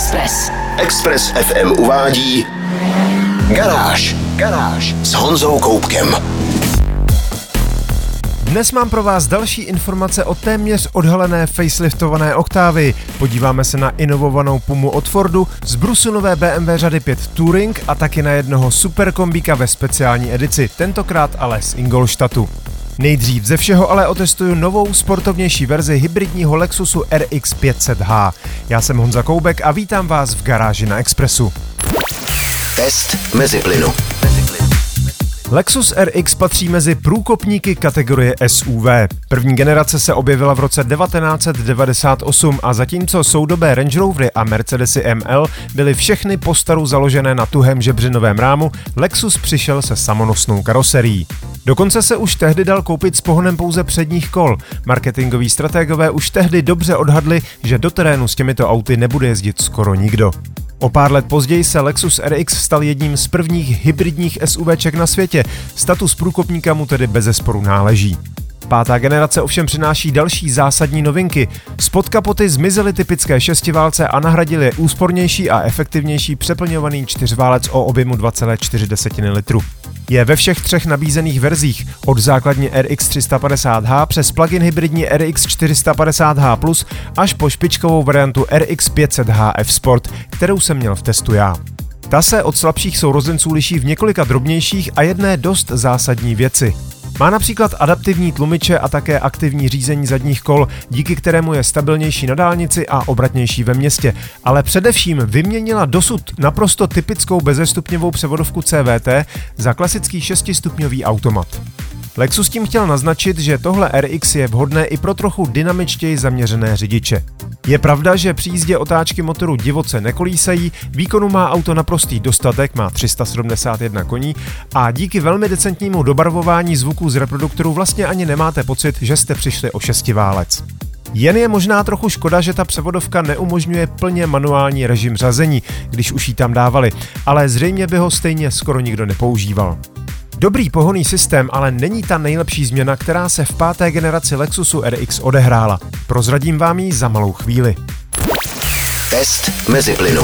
Express. Express FM uvádí Garáž s Honzou Koubkem. Dnes mám pro vás další informace o téměř odhalené faceliftované Octavii. Podíváme se na inovovanou Pumu od Fordu, zbrusu nové BMW řady 5 Touring a taky na jednoho superkombíka ve speciální edici, tentokrát ale z Ingolstadtu. Nejdřív ze všeho ale otestuju novou sportovnější verzi hybridního Lexusu RX 500h. Já jsem Honza Koubek a vítám vás v Garáži na Expressu. Test meziplynu. Lexus RX patří mezi průkopníky kategorie SUV. První generace se objevila v roce 1998 a zatímco soudobé Range Rovery a Mercedesy ML byly všechny postaru založené na tuhém žebřinovém rámu, Lexus přišel se samonosnou karoserií. Dokonce se už tehdy dal koupit s pohonem pouze předních kol. Marketingoví strategové už tehdy dobře odhadli, že do terénu s těmito auty nebude jezdit skoro nikdo. O pár let později se Lexus RX stal jedním z prvních hybridních SUVček na světě, status průkopníka mu tedy bezesporu náleží. Pátá generace ovšem přináší další zásadní novinky. Spod kapoty zmizely typické šestiválce a nahradil je úspornější a efektivnější přeplňovaný čtyřválec o objemu 2,4 litru. Je ve všech třech nabízených verzích, od základní RX 350h přes plug-in hybridní RX 450h+, až po špičkovou variantu RX 500h F Sport, kterou jsem měl v testu já. Ta se od slabších sourozenců liší v několika drobnějších a jedné dost zásadní věci. Má například adaptivní tlumiče a také aktivní řízení zadních kol, díky kterému je stabilnější na dálnici a obratnější ve městě, ale především vyměnila dosud naprosto typickou bezestupňovou převodovku CVT za klasický 6stupňový automat. Lexus tím chtěl naznačit, že tohle RX je vhodné i pro trochu dynamičtěji zaměřené řidiče. Je pravda, že při jízdě otáčky motoru divoce nekolísají, výkonu má auto naprostý dostatek, má 371 koní a díky velmi decentnímu dobarvování zvuků z reproduktoru vlastně ani nemáte pocit, že jste přišli o šestiválec. Jen je možná trochu škoda, že ta převodovka neumožňuje plně manuální režim řazení, když už ji tam dávali, ale zřejmě by ho stejně skoro nikdo nepoužíval. Dobrý pohonný systém ale není ta nejlepší změna, která se v páté generaci Lexusu RX odehrála. Prozradím vám ji za malou chvíli. Test meziplynu.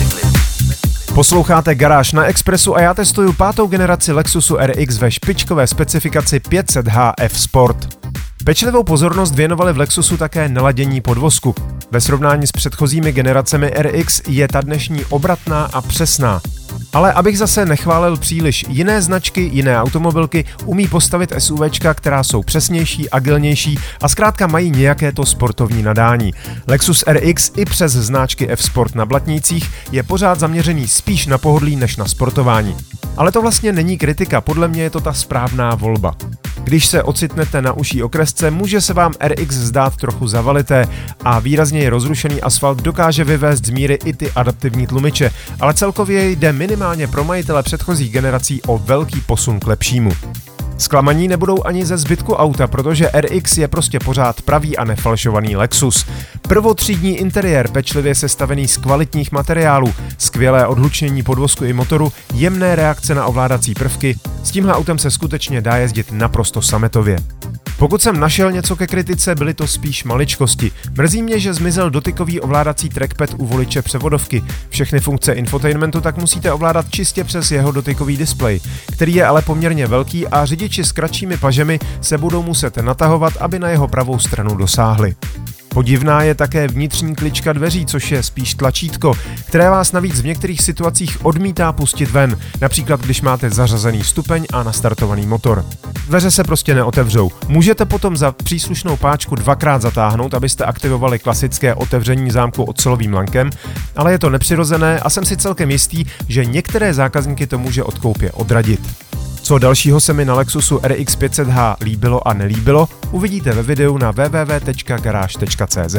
Posloucháte Garáž na Expressu a já testuju pátou generaci Lexusu RX ve špičkové specifikaci 500h F Sport. Pečlivou pozornost věnovali v Lexusu také naladění podvozku. Ve srovnání s předchozími generacemi RX je ta dnešní obratná a přesná. Ale abych zase nechválil příliš, jiné značky, jiné automobilky umí postavit SUVčka, která jsou přesnější, agilnější a zkrátka mají nějaké to sportovní nadání. Lexus RX i přes značky F Sport na blatnících je pořád zaměřený spíš na pohodlí než na sportování. Ale to vlastně není kritika, podle mě je to ta správná volba. Když se ocitnete na uší okresce, může se vám RX zdát trochu zavalité a výrazněji rozrušený asfalt dokáže vyvést z míry i ty adaptivní tlumiče, ale celkově jde minimálně pro majitele předchozích generací o velký posun k lepšímu. Zklamaní nebudou ani ze zbytku auta, protože RX je prostě pořád pravý a nefalšovaný Lexus. Prvotřídní interiér pečlivě sestavený z kvalitních materiálů, skvělé odhlučnění podvozku i motoru, jemné reakce na ovládací prvky, s tímhle autem se skutečně dá jezdit naprosto sametově. Pokud jsem našel něco ke kritice, byly to spíš maličkosti. Mrzí mě, že zmizel dotykový ovládací trackpad u voliče převodovky. Všechny funkce infotainmentu tak musíte ovládat čistě přes jeho dotykový displej, který je ale poměrně velký a řidiči s kratšími pažemi se budou muset natahovat, aby na jeho pravou stranu dosáhli. Podivná je také vnitřní klička dveří, což je spíš tlačítko, které vás navíc v některých situacích odmítá pustit ven, například když máte zařazený stupeň a nastartovaný motor. Dveře se prostě neotevřou. Můžete potom za příslušnou páčku dvakrát zatáhnout, abyste aktivovali klasické otevření zámku ocelovým lankem, ale je to nepřirozené a jsem si celkem jistý, že některé zákazníky to může od koupě odradit. Co dalšího se mi na Lexusu RX 500h líbilo a nelíbilo, uvidíte ve videu na www.garage.cz.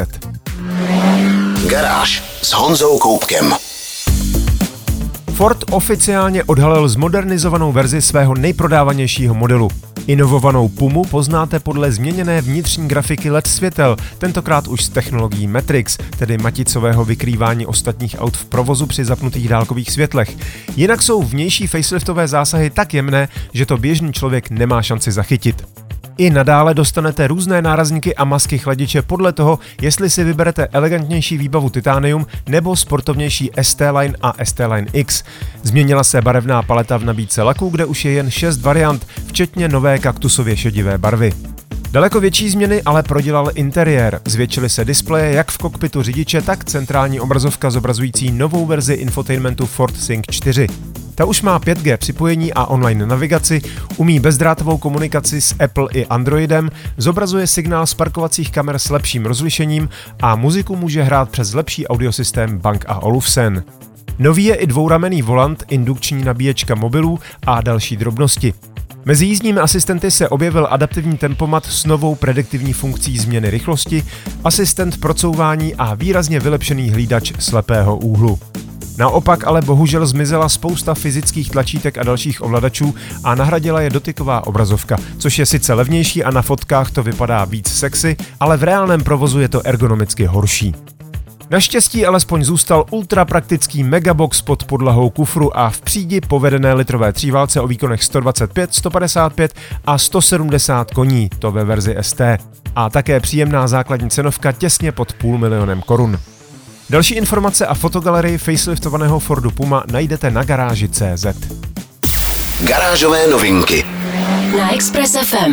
Garáž s Honzou Koubkem. Ford oficiálně odhalil zmodernizovanou verzi svého nejprodávanějšího modelu. Inovovanou Pumu poznáte podle změněné vnitřní grafiky LED světel, tentokrát už s technologií Matrix, tedy maticového vykrývání ostatních aut v provozu při zapnutých dálkových světlech. Jinak jsou vnější faceliftové zásahy tak jemné, že to běžný člověk nemá šanci zachytit. I nadále dostanete různé nárazníky a masky chladiče podle toho, jestli si vyberete elegantnější výbavu Titanium nebo sportovnější ST-Line a ST-Line X. Změnila se barevná paleta v nabídce laků, kde už je jen 6 variant, včetně nové kaktusově šedivé barvy. Daleko větší změny ale prodělal interiér. Zvětšily se displeje jak v kokpitu řidiče, tak centrální obrazovka zobrazující novou verzi infotainmentu Ford Sync 4. Ta už má 5G připojení a online navigaci, umí bezdrátovou komunikaci s Apple i Androidem, zobrazuje signál z parkovacích kamer s lepším rozlišením a muziku může hrát přes lepší audiosystém Bang & Olufsen. Nový je i dvouramenný volant, indukční nabíječka mobilů a další drobnosti. Mezi jízdními asistenty se objevil adaptivní tempomat s novou prediktivní funkcí změny rychlosti, asistent procouvání a výrazně vylepšený hlídač slepého úhlu. Naopak ale bohužel zmizela spousta fyzických tlačítek a dalších ovladačů a nahradila je dotyková obrazovka, což je sice levnější a na fotkách to vypadá víc sexy, ale v reálném provozu je to ergonomicky horší. Naštěstí alespoň zůstal ultrapraktický megabox pod podlahou kufru a v přídi povedené litrové tříválce o výkonech 125, 155 a 170 koní, to ve verzi ST. A také příjemná základní cenovka těsně pod 500 000 korun. Další informace a fotogalerii faceliftovaného Fordu Puma najdete na garáži.cz. Garážové novinky Na Express FM.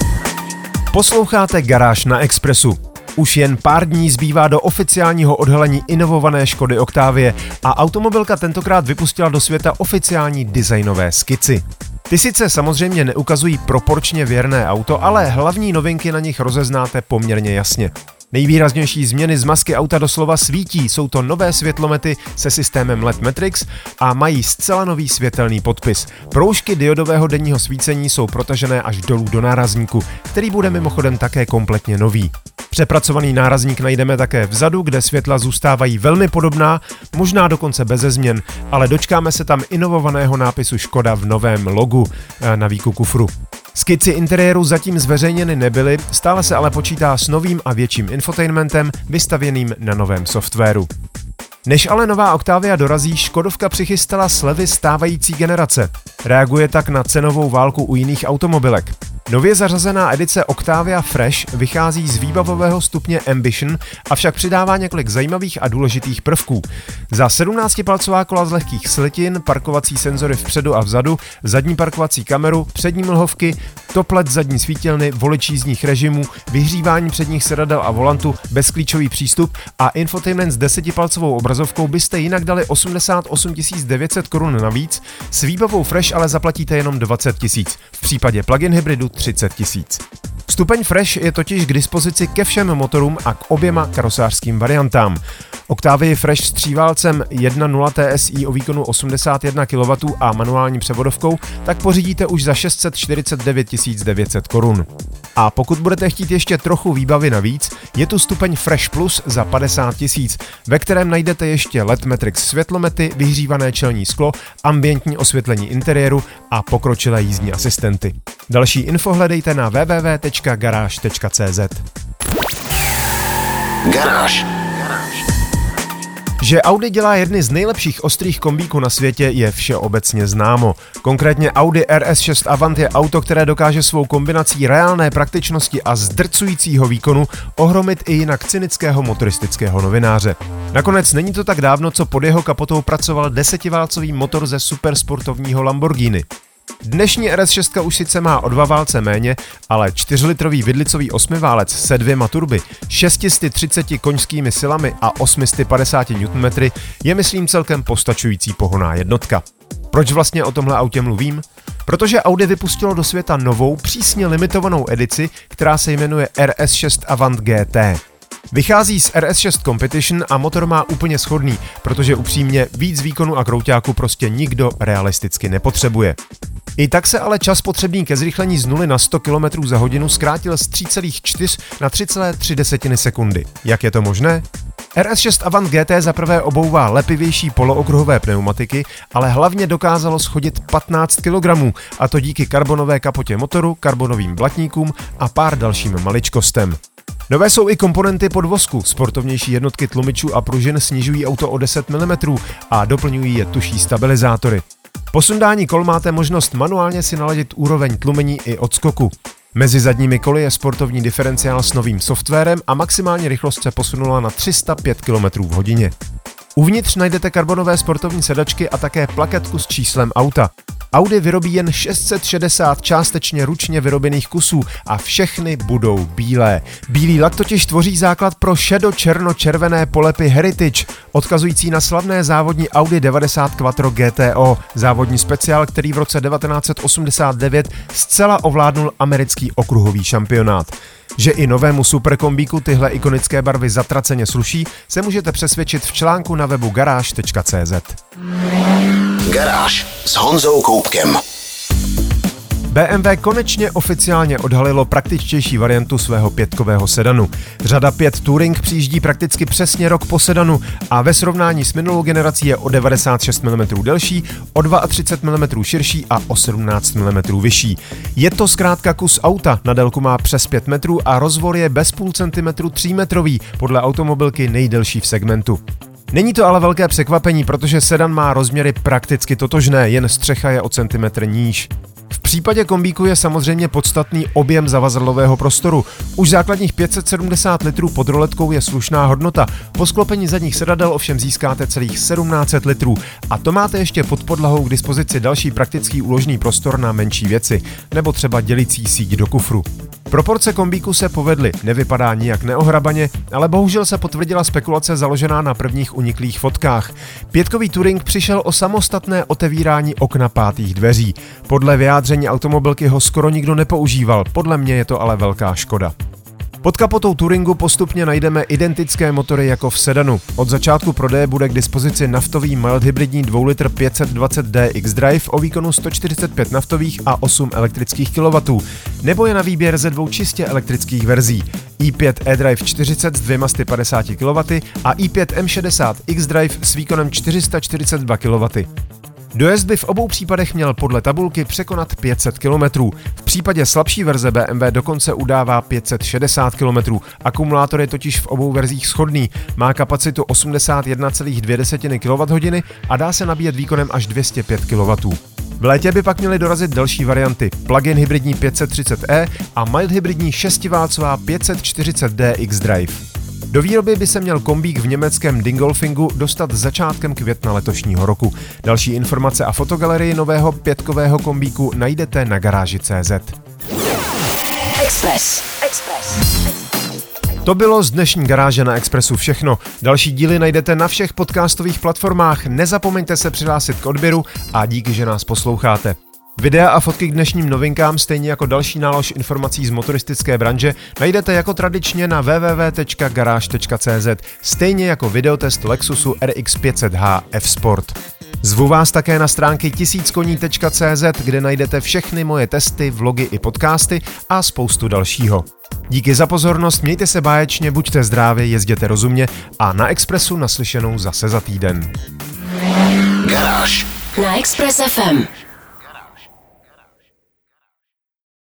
Posloucháte Garáž na Expressu. Už jen pár dní zbývá do oficiálního odhalení inovované Škody Octavie a automobilka tentokrát vypustila do světa oficiální designové skici. Ty sice samozřejmě neukazují proporčně věrné auto, ale hlavní novinky na nich rozeznáte poměrně jasně. Nejvýraznější změny z masky auta doslova svítí, jsou to nové světlomety se systémem LED Matrix a mají zcela nový světelný podpis. Proužky diodového denního svícení jsou protažené až dolů do nárazníku, který bude mimochodem také kompletně nový. Přepracovaný nárazník najdeme také vzadu, kde světla zůstávají velmi podobná, možná dokonce beze změn, ale dočkáme se tam inovovaného nápisu Škoda v novém logu na víku kufru. Skici interiéru zatím zveřejněny nebyly, stále se ale počítá s novým a větším infotainmentem vystavěným na novém softwaru. Než ale nová Octavia dorazí, Škodovka přichystala slevy stávající generace. Reaguje tak na cenovou válku u jiných automobilek. Nově zařazená edice Octavia Fresh vychází z výbavového stupně Ambition, avšak přidává několik zajímavých a důležitých prvků. Za 17-palcová kola z lehkých slitin, parkovací senzory vpředu a vzadu, zadní parkovací kameru, přední mlhovky, toplet zadní svítilny, volič jízdních režimů, vyhřívání předních sedadel a volantu, bezklíčový přístup a infotainment s 10-palcovou obrazovkou byste jinak dali 88 900 korun navíc, s výbavou Fresh ale zaplatíte jenom 20 000, v případě plug-in hybridu 30 000. Stupeň Fresh je totiž k dispozici ke všem motorům a k oběma karosářským variantám. Octavii Fresh s tříválcem 1.0 TSI o výkonu 81 kW a manuální převodovkou tak pořídíte už za 649 900 korun. A pokud budete chtít ještě trochu výbavy navíc, je tu stupeň Fresh Plus za 50 000, ve kterém najdete ještě LED Matrix světlomety, vyhřívané čelní sklo, ambientní osvětlení interiéru a pokročilé jízdní asistenty. Další info hledejte na www.garage.cz. Garáž. Že Audi dělá jedny z nejlepších ostrých kombíků na světě, je všeobecně známo. Konkrétně Audi RS6 Avant je auto, které dokáže svou kombinací reálné praktičnosti a zdrcujícího výkonu ohromit i jinak cynického motoristického novináře. Nakonec není to tak dávno, co pod jeho kapotou pracoval 10válcový motor ze supersportovního Lamborghini. Dnešní RS6 už sice má o 2 válce méně, ale 4litrový vidlicový 8válec se 2 turby, 630 koňskými silami a 850 Nm je myslím celkem postačující pohonná jednotka. Proč vlastně o tomhle autě mluvím? Protože Audi vypustilo do světa novou, přísně limitovanou edici, která se jmenuje RS6 Avant GT. Vychází z RS6 Competition a motor má úplně shodný, protože upřímně víc výkonu a krouťáku prostě nikdo realisticky nepotřebuje. I tak se ale čas potřebný ke zrychlení z 0 na 100 km za hodinu zkrátil z 3,4 na 3,3 sekundy. Jak je to možné? RS6 Avant GT zaprvé obouvá lepivější polookruhové pneumatiky, ale hlavně dokázalo schodit 15 kg, a to díky karbonové kapotě motoru, karbonovým blatníkům a pár dalším maličkostem. Nové jsou i komponenty podvozku, sportovnější jednotky tlumičů a pružin snižují auto o 10 mm a doplňují je tuší stabilizátory. Po sundání kol máte možnost manuálně si naladit úroveň tlumení i odskoku. Mezi zadními koly je sportovní diferenciál s novým softwarem a maximální rychlost se posunula na 305 km/h. Uvnitř najdete karbonové sportovní sedačky a také plaketku s číslem auta. Audi vyrobí jen 660 částečně ručně vyrobených kusů a všechny budou bílé. Bílý lak totiž tvoří základ pro šedo-černo-červené polepy Heritage, odkazující na slavné závodní Audi 90 Quattro GTO, závodní speciál, který v roce 1989 zcela ovládnul americký okruhový šampionát. Že i novému superkombíku tyhle ikonické barvy zatraceně sluší, se můžete přesvědčit v článku na webu garáž.cz. Garáž s Honzou Koupkem. BMW konečně oficiálně odhalilo praktičtější variantu svého pětkového sedanu. Řada 5 Touring přijíždí prakticky přesně rok po sedanu a ve srovnání s minulou generací je o 96 mm delší, o 32 mm širší a o 17 mm vyšší. Je to zkrátka kus auta, na délku má přes 5 metrů a rozvor je bez půl centimetru 3 metrový, podle automobilky nejdelší v segmentu. Není to ale velké překvapení, protože sedan má rozměry prakticky totožné, jen střecha je o centimetr níž. V případě kombíku je samozřejmě podstatný objem zavazadlového prostoru. Už základních 570 litrů pod roletkou je slušná hodnota. Po sklopení zadních sedadel ovšem získáte celých 1700 litrů a to máte ještě pod podlahou k dispozici další praktický úložný prostor na menší věci, nebo třeba dělicí síť do kufru. Proporce kombíku se povedly, nevypadá nijak neohrabaně, ale bohužel se potvrdila spekulace založená na prvních uniklých fotkách. Pětkový Touring přišel o samostatné otevírání okna pátých dveří. Podle vyjádření automobilky ho skoro nikdo nepoužíval, podle mě je to ale velká škoda. Pod kapotou Touringu postupně najdeme identické motory jako v sedanu. Od začátku prodeje bude k dispozici naftový mild hybridní 2 litr 520D X-Drive o výkonu 145 naftových a 8 elektrických kW, nebo je na výběr ze 2 čistě elektrických verzí. i5 eDrive 40 s 250 kW a i5 M60 X-Drive s výkonem 442 kW. Dojezd by v obou případech měl podle tabulky překonat 500 km. V případě slabší verze BMW dokonce udává 560 km. Akumulátor je totiž v obou verzích shodný. Má kapacitu 81,2 kWh a dá se nabíjet výkonem až 205 kW. V létě by pak měly dorazit další varianty. Plug-in hybridní 530e a mild hybridní 6W 540D X-Drive. Do výroby by se měl kombík v německém Dingolfingu dostat začátkem května letošního roku. Další informace a fotogalerii nového pětkového kombíku najdete na garáži.cz. Express. To bylo z dnešní garáže na Expressu všechno. Další díly najdete na všech podcastových platformách. Nezapomeňte se přihlásit k odběru a díky, že nás posloucháte. Videa a fotky k dnešním novinkám, stejně jako další nálož informací z motoristické branže, najdete jako tradičně na www.garage.cz, stejně jako videotest Lexusu RX 500h F-Sport. Zvu vás také na stránky 1000koní.cz, kde najdete všechny moje testy, vlogy i podcasty a spoustu dalšího. Díky za pozornost, mějte se báječně, buďte zdraví, jezděte rozumně a na Expressu naslyšenou zase za týden. Garáž Na Express FM.